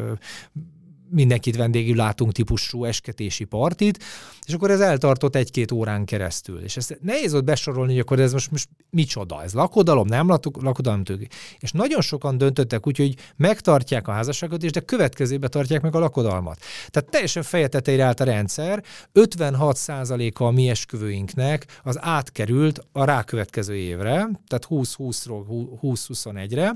mindenkit vendégül látunk típusú esketési partit, és akkor ez eltartott egy-két órán keresztül. És ezt nehéz ott besorolni, hogy akkor ez most, most micsoda, ez lakodalom, nem lakodalom tőke. És nagyon sokan döntöttek úgy, hogy megtartják a házasságkötést, de következőbe tartják meg a lakodalmat. Tehát teljesen feje tetejére állt a rendszer, ötvenhat százaléka a mi esküvőinknek az átkerült a rákövetkező évre, tehát húsz-húszról húsz-huszonegyre,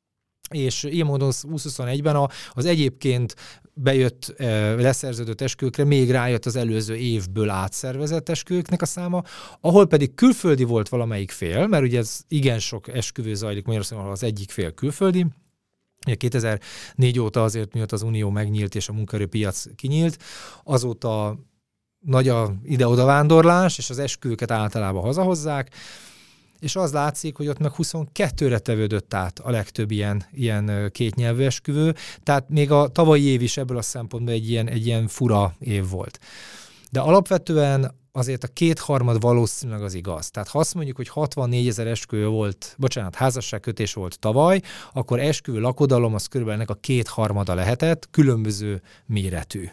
és ilyen módon húsz-huszonegyben az egyébként bejött, leszerződött esküvőkre még rájött az előző évből átszervezett esküvőknek a száma, ahol pedig külföldi volt valamelyik fél, mert ugye ez igen sok esküvő zajlik Magyarországon, ahol az egyik fél külföldi. Ugye kétezer-négy óta azért, miatt az Unió megnyílt és a munkaerőpiac kinyílt, azóta nagy a ide-oda vándorlás, és az esküvőket általában hazahozzák, és az látszik, hogy ott meg huszonkettőre tevődött át a legtöbb ilyen, ilyen kétnyelvű esküvő, tehát még a tavalyi év is ebből a szempontból egy ilyen, egy ilyen fura év volt. De alapvetően azért a kétharmad valószínűleg az igaz. Tehát ha azt mondjuk, hogy hatvannégyezer esküvő volt, bocsánat, házasságkötés volt tavaly, akkor esküvő lakodalom az körülbelül ennek a kétharmada lehetett, különböző méretű.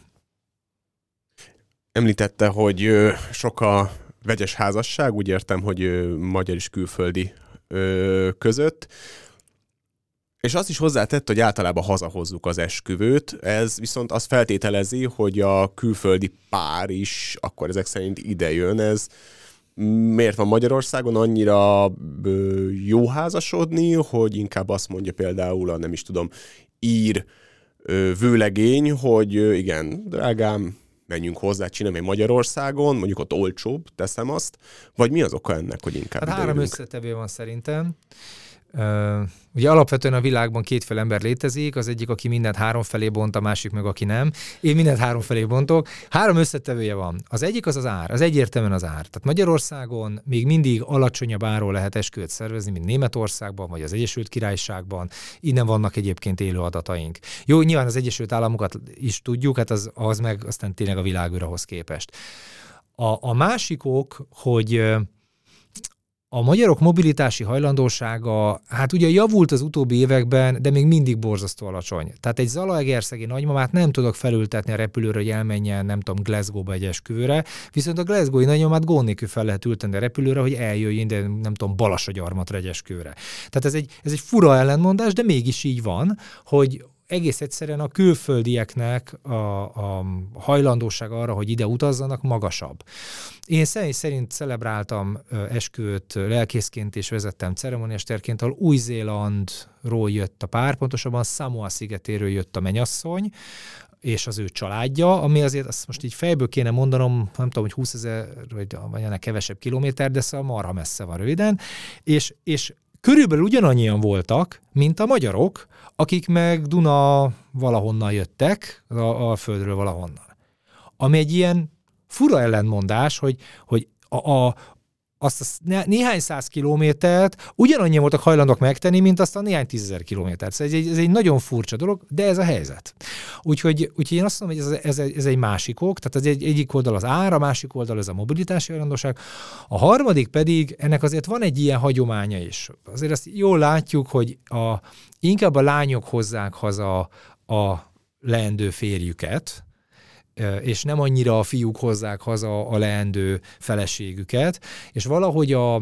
Említette, hogy sok a vegyes házasság, úgy értem, hogy magyar és külföldi között, és azt is hozzátett, hogy általában hazahozzuk az esküvőt, ez viszont azt feltételezi, hogy a külföldi pár is akkor ezek szerint ide jön. Ez miért van Magyarországon annyira jó házasodni, hogy inkább azt mondja például a nem is tudom, ír vőlegény, hogy igen, drágám, menjünk hozzá, csinálni Magyarországon, mondjuk ott olcsóbb, teszem azt, vagy mi az oka ennek, hogy inkább hát három összetevő van szerintem. Uh, ugye alapvetően a világban kétféle ember létezik, az egyik, aki mindent háromfelé bont, a másik meg aki nem. Én mindent háromfelé bontok. Három összetevője van. Az egyik az az ár, az egyértelműen az ár. Tehát Magyarországon még mindig alacsonyabb áról lehet esküvőt szervezni, mint Németországban, vagy az Egyesült Királyságban. Innen vannak egyébként élő adataink. Jó, nyilván az Egyesült Államokat is tudjuk, hát az, az meg aztán tényleg a világűrahhoz képest. A, a másik ok, hogy a magyarok mobilitási hajlandósága, hát ugye javult az utóbbi években, de még mindig borzasztó alacsony. Tehát egy zalaegerszegi nagymamát nem tudok felültetni a repülőre, hogy elmenjen, nem tudom, Glasgow-ba egy esküvőre, viszont a Glasgow-i nagymamát gond nélkül fel lehet ülteni a repülőre, hogy eljöjjön, de nem tudom, Balassagyarmatra egy esküvőre. Tehát ez egy, ez egy fura ellentmondás, de mégis így van, hogy egész egyszerűen a külföldieknek a, a hajlandóság arra, hogy ide utazzanak, magasabb. Én személy szerint celebráltam esküvőt lelkészként és vezettem ceremóniamesterként, ahol Új-Zélandról jött a pár, pontosabban Samoa szigetéről jött a mennyasszony, és az ő családja, ami azért azt most így fejből kéne mondanom, nem tudom, hogy húszezer, vagy, vagy ennek kevesebb kilométer, de szóval marha messze van röviden, és, és körülbelül ugyanannyian voltak, mint a magyarok, akik meg Duna valahonnan jöttek, a, a földről valahonnan. Ami egy ilyen fura ellentmondás, hogy, hogy a, a, azt a néhány száz kilométert ugyanannyian voltak hajlandók megtenni, mint azt a néhány tízezer kilométert. Szóval ez egy, ez egy nagyon furcsa dolog, de ez a helyzet. Úgyhogy, úgyhogy én azt mondom, hogy ez, ez, ez egy másik ok, tehát az egy, egyik oldal az ár, a másik oldal ez a mobilitási hajlandóság. A harmadik pedig, ennek azért van egy ilyen hagyománya is. Azért azt jól látjuk, hogy a, inkább a lányok hozzák haza a leendő férjüket, és nem annyira a fiúk hozzák haza a leendő feleségüket, és valahogy a,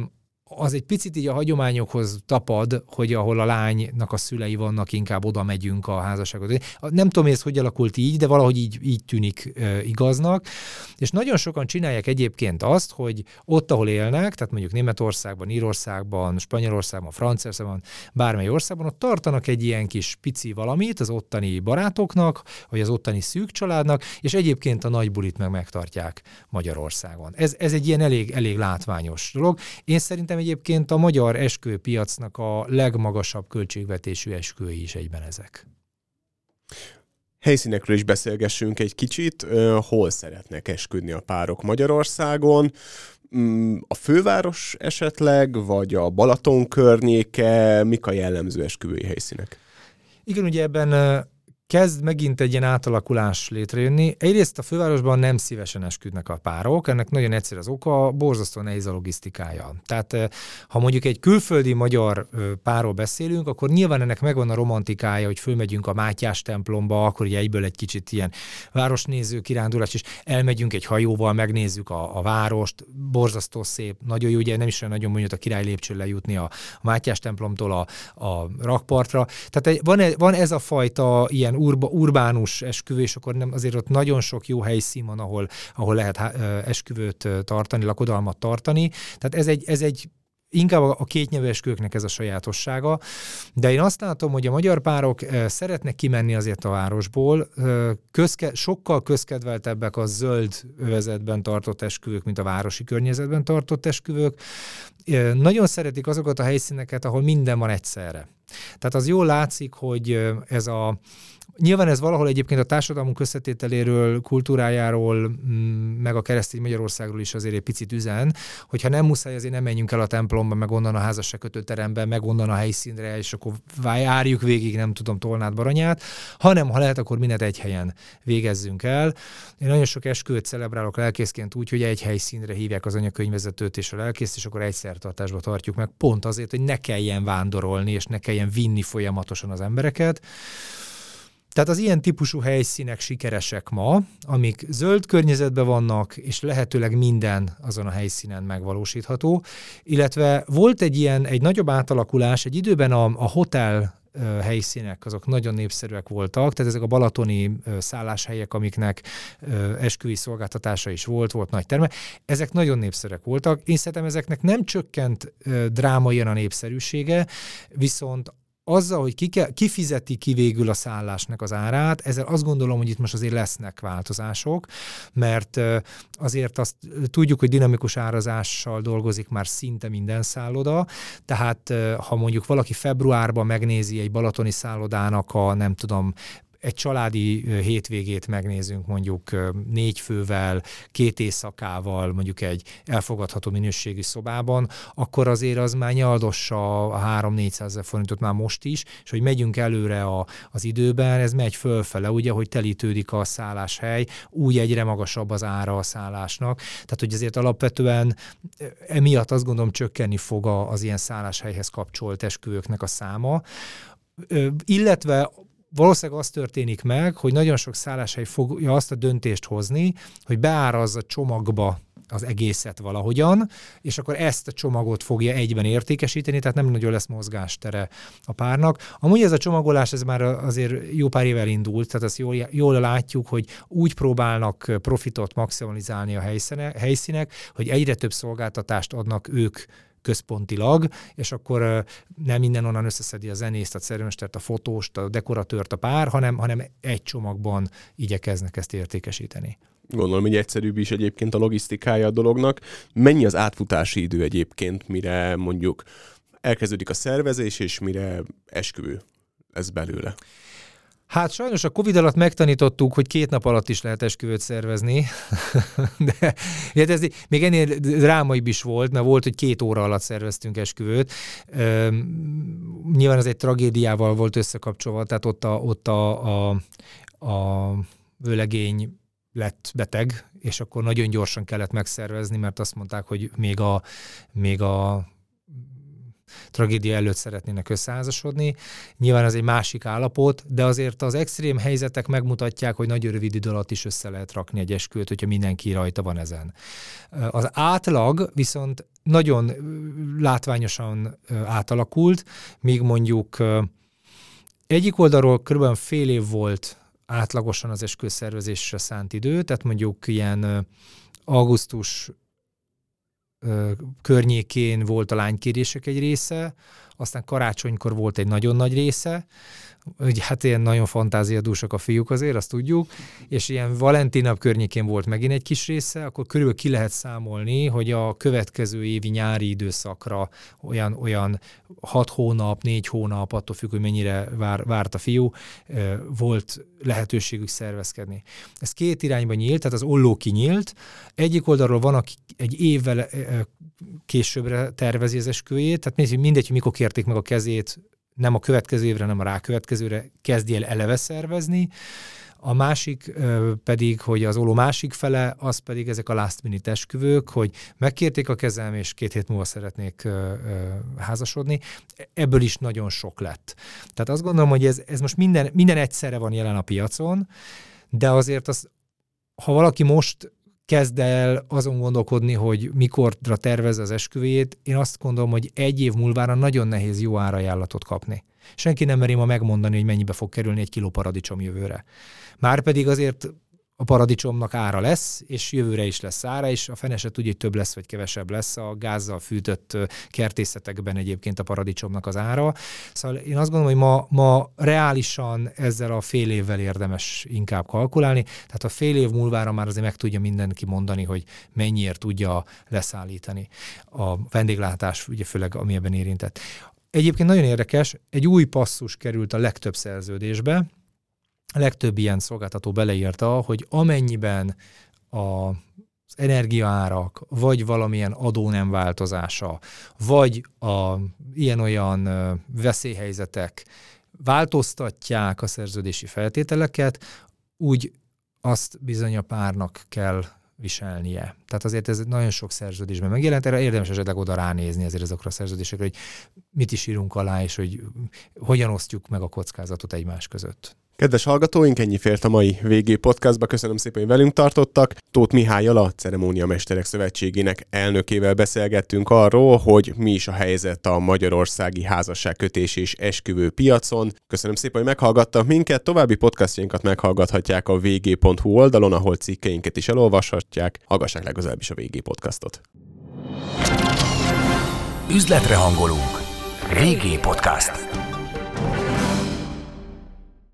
az egy picit így a hagyományokhoz tapad, hogy ahol a lánynak a szülei vannak, inkább oda megyünk a házasságot. Nem tudom, ez hogy alakult így, de valahogy így, így tűnik e, igaznak. És nagyon sokan csinálják egyébként azt, hogy ott, ahol élnek, tehát mondjuk Németországban, Írországban, Spanyolországban, Franciaországban, bármely országban, ott tartanak egy ilyen kis pici valamit az ottani barátoknak, vagy az ottani szűk családnak, és egyébként a nagy bulit meg megtartják Magyarországon. Ez, ez egy ilyen elég, elég látványos dolog. Én szerintem egyébként a magyar esküvőpiacnak a legmagasabb költségvetésű esküvői is egyben ezek. Helyszínekről is beszélgessünk egy kicsit. Hol szeretnek esküdni a párok Magyarországon? A főváros esetleg, vagy a Balaton környéke? Mik a jellemző esküvői helyszínek? Igen, ugye ebben kezd megint egy ilyen átalakulás létrejönni. Egyrészt a fővárosban nem szívesen esküdnek a párok, ennek nagyon egyszerű az oka, borzasztóan nehéz a logisztikája. Tehát ha mondjuk egy külföldi magyar párról beszélünk, akkor nyilván ennek megvan a romantikája, hogy fölmegyünk a Mátyás templomba, akkor ugye egyből egy kicsit ilyen városnéző kirándulás, és elmegyünk egy hajóval, megnézzük a, a várost, borzasztó szép, nagyon jó, ugye nem is olyan nagyon bonyolult a Király lépcsőn lejutni a, a Mátyás templomtól a, a rakpartra. Tehát van, van ez a fajta ilyen Urba, urbánus esküvő, és akkor nem, azért ott nagyon sok jó helyszín van, ahol, ahol lehet esküvőt tartani, lakodalmat tartani. Tehát ez egy, ez egy inkább a kétnyelvű esküvőknek ez a sajátossága, de én azt látom, hogy a magyar párok szeretnek kimenni azért a városból, közke, sokkal közkedveltebbek a zöld övezetben tartott esküvők, mint a városi környezetben tartott esküvők. Nagyon szeretik azokat a helyszíneket, ahol minden van egyszerre. Tehát az jól látszik, hogy ez a Nyilván ez valahol egyébként a társadalmunk összetételéről, kultúrájáról, meg a keresztény Magyarországról is azért egy picit üzen, hogyha nem muszáj, azért nem menjünk el a templomba, meg onnan a házasságkötőterembe, meg onnan a helyszínre, és akkor járjuk végig, nem tudom, Tolnát, Baranyát, hanem ha lehet, akkor mindent egy helyen végezzünk el. Én nagyon sok esküvőt celebrálok lelkészként úgy, hogy egy helyszínre hívják az anyakönyvvezetőt és a lelkészt, és akkor egy szertartásba tartjuk meg, pont azért, hogy ne kelljen vándorolni, és ne kelljen vinni folyamatosan az embereket. Tehát az ilyen típusú helyszínek sikeresek ma, amik zöld környezetben vannak, és lehetőleg minden azon a helyszínen megvalósítható. Illetve volt egy ilyen, egy nagyobb átalakulás, egy időben a, a hotel helyszínek, azok nagyon népszerűek voltak, tehát ezek a balatoni szálláshelyek, amiknek esküvői szolgáltatása is volt, volt nagy terme, ezek nagyon népszerűek voltak. Én szerintem ezeknek nem csökkent drámaian a népszerűsége, viszont azzal, hogy ki, ke, ki fizeti ki végül a szállásnak az árát, ezzel azt gondolom, hogy itt most azért lesznek változások, mert azért azt tudjuk, hogy dinamikus árazással dolgozik már szinte minden szálloda, tehát ha mondjuk valaki februárban megnézi egy balatoni szállodának a, nem tudom, egy családi hétvégét megnézünk mondjuk négy fővel, két éjszakával, mondjuk egy elfogadható minőségű szobában, akkor azért az már nyaldossa a három-négyszázezer forintot már most is, és hogy megyünk előre a, az időben, ez megy fölfele, ugye, hogy telítődik a szálláshely, úgy egyre magasabb az ára a szállásnak. Tehát, hogy azért alapvetően emiatt azt gondolom csökkenni fog az ilyen szálláshelyhez kapcsolt esküvőknek a száma, illetve valószínűleg az történik meg, hogy nagyon sok szálláshely fogja azt a döntést hozni, hogy beárazza csomagba az egészet valahogyan, és akkor ezt a csomagot fogja egyben értékesíteni, tehát nem nagyon lesz mozgástere a párnak. Amúgy ez a csomagolás, ez már azért jó pár évvel indult, tehát azt jól, jól látjuk, hogy úgy próbálnak profitot maximalizálni a helyszínek, hogy egyre több szolgáltatást adnak ők központilag, és akkor nem minden onnan összeszedi a zenészt, a ceremestert, a fotóst, a dekoratőrt a pár, hanem, hanem egy csomagban igyekeznek ezt értékesíteni. Gondolom, hogy egyszerűbb is egyébként a logisztikája a dolognak. Mennyi az átfutási idő egyébként, mire mondjuk elkezdődik a szervezés, és mire esküvő lesz belőle? Hát sajnos a Covid alatt megtanítottuk, hogy két nap alatt is lehet esküvőt szervezni, de ez még ennél drámaibb is volt, mert volt, hogy két óra alatt szerveztünk esküvőt. Üm, nyilván ez egy tragédiával volt összekapcsolva, tehát ott a, ott a, a, a vőlegény lett beteg, és akkor nagyon gyorsan kellett megszervezni, mert azt mondták, hogy még a, még a tragédia előtt szeretnének összeházasodni. Nyilván ez egy másik állapot, de azért az extrém helyzetek megmutatják, hogy nagyon rövid idő alatt is össze lehet rakni egy esküvőt, hogyha mindenki rajta van ezen. Az átlag viszont nagyon látványosan átalakult, míg mondjuk egyik oldalról körülbelül fél év volt átlagosan az esküvőszervezésre szánt idő, tehát mondjuk ilyen augusztus környékén volt a lánykérések egy része, aztán karácsonykor volt egy nagyon nagy része, ugye hát ilyen nagyon fantáziadúsak a fiúk azért, azt tudjuk, és ilyen Valentin nap környékén volt megint egy kis része, akkor körülbelül ki lehet számolni, hogy a következő évi nyári időszakra olyan, olyan hat hónap, négy hónap, attól függ, hogy mennyire vár, várt a fiú, volt lehetőségük szervezkedni. Ez két irányba nyílt, tehát az olló kinyílt. Egyik oldalról van, aki egy évvel későbbre tervezi az esküvőjét, tehát mindegy, hogy mikor kérték meg a kezét, nem a következő évre, nem a rákövetkezőre kezdj el eleve szervezni. A másik pedig, hogy az olló másik fele, az pedig ezek a last minute esküvők, hogy megkérték a kezem, és két hét múlva szeretnék házasodni. Ebből is nagyon sok lett. Tehát azt gondolom, hogy ez, ez most minden, minden egyszerre van jelen a piacon, de azért az, ha valaki most kezd el azon gondolkodni, hogy mikorra tervez az esküvőjét, én azt gondolom, hogy egy év múlvára nagyon nehéz jó árajánlatot kapni. Senki nem meri ma megmondani, hogy mennyibe fog kerülni egy kiló paradicsom jövőre. Márpedig azért a paradicsomnak ára lesz, és jövőre is lesz ára, és a fene se tudja, hogy több lesz, vagy kevesebb lesz a gázzal fűtött kertészetekben egyébként a paradicsomnak az ára. Szóval én azt gondolom, hogy ma, ma reálisan ezzel a fél évvel érdemes inkább kalkulálni, tehát a fél év múlvára már azért meg tudja mindenki mondani, hogy mennyiért tudja leszállítani a vendéglátás, ugye főleg ami ebben érintett. Egyébként nagyon érdekes, egy új passzus került a legtöbb szerződésbe. A legtöbb ilyen szolgáltató beleírta, hogy amennyiben az energiaárak, vagy valamilyen adó nem változása, vagy a ilyen-olyan veszélyhelyzetek változtatják a szerződési feltételeket, úgy azt bizony a párnak kell viselnie. Tehát azért ez nagyon sok szerződésben megjelent, erre érdemes esetleg oda ránézni azért azokra a szerződésekre, hogy mit is írunk alá, és hogy hogyan osztjuk meg a kockázatot egymás között. Kedves hallgatóink, ennyi fért a mai vé gé Podcastba. Köszönöm szépen, hogy velünk tartottak. Tóth Mihállyal, a Ceremóniamesterek Szövetségének elnökével beszélgettünk arról, hogy mi is a helyzet a magyarországi házasságkötés és esküvő piacon. Köszönöm szépen, hogy meghallgattak minket. További podcastjainkat meghallgathatják a vg pont hu oldalon, ahol cikkeinket is elolvashatják. Hallgassák legközelebb is a vé gé Podcastot. Üzletre hangolunk. vé gé Podcast.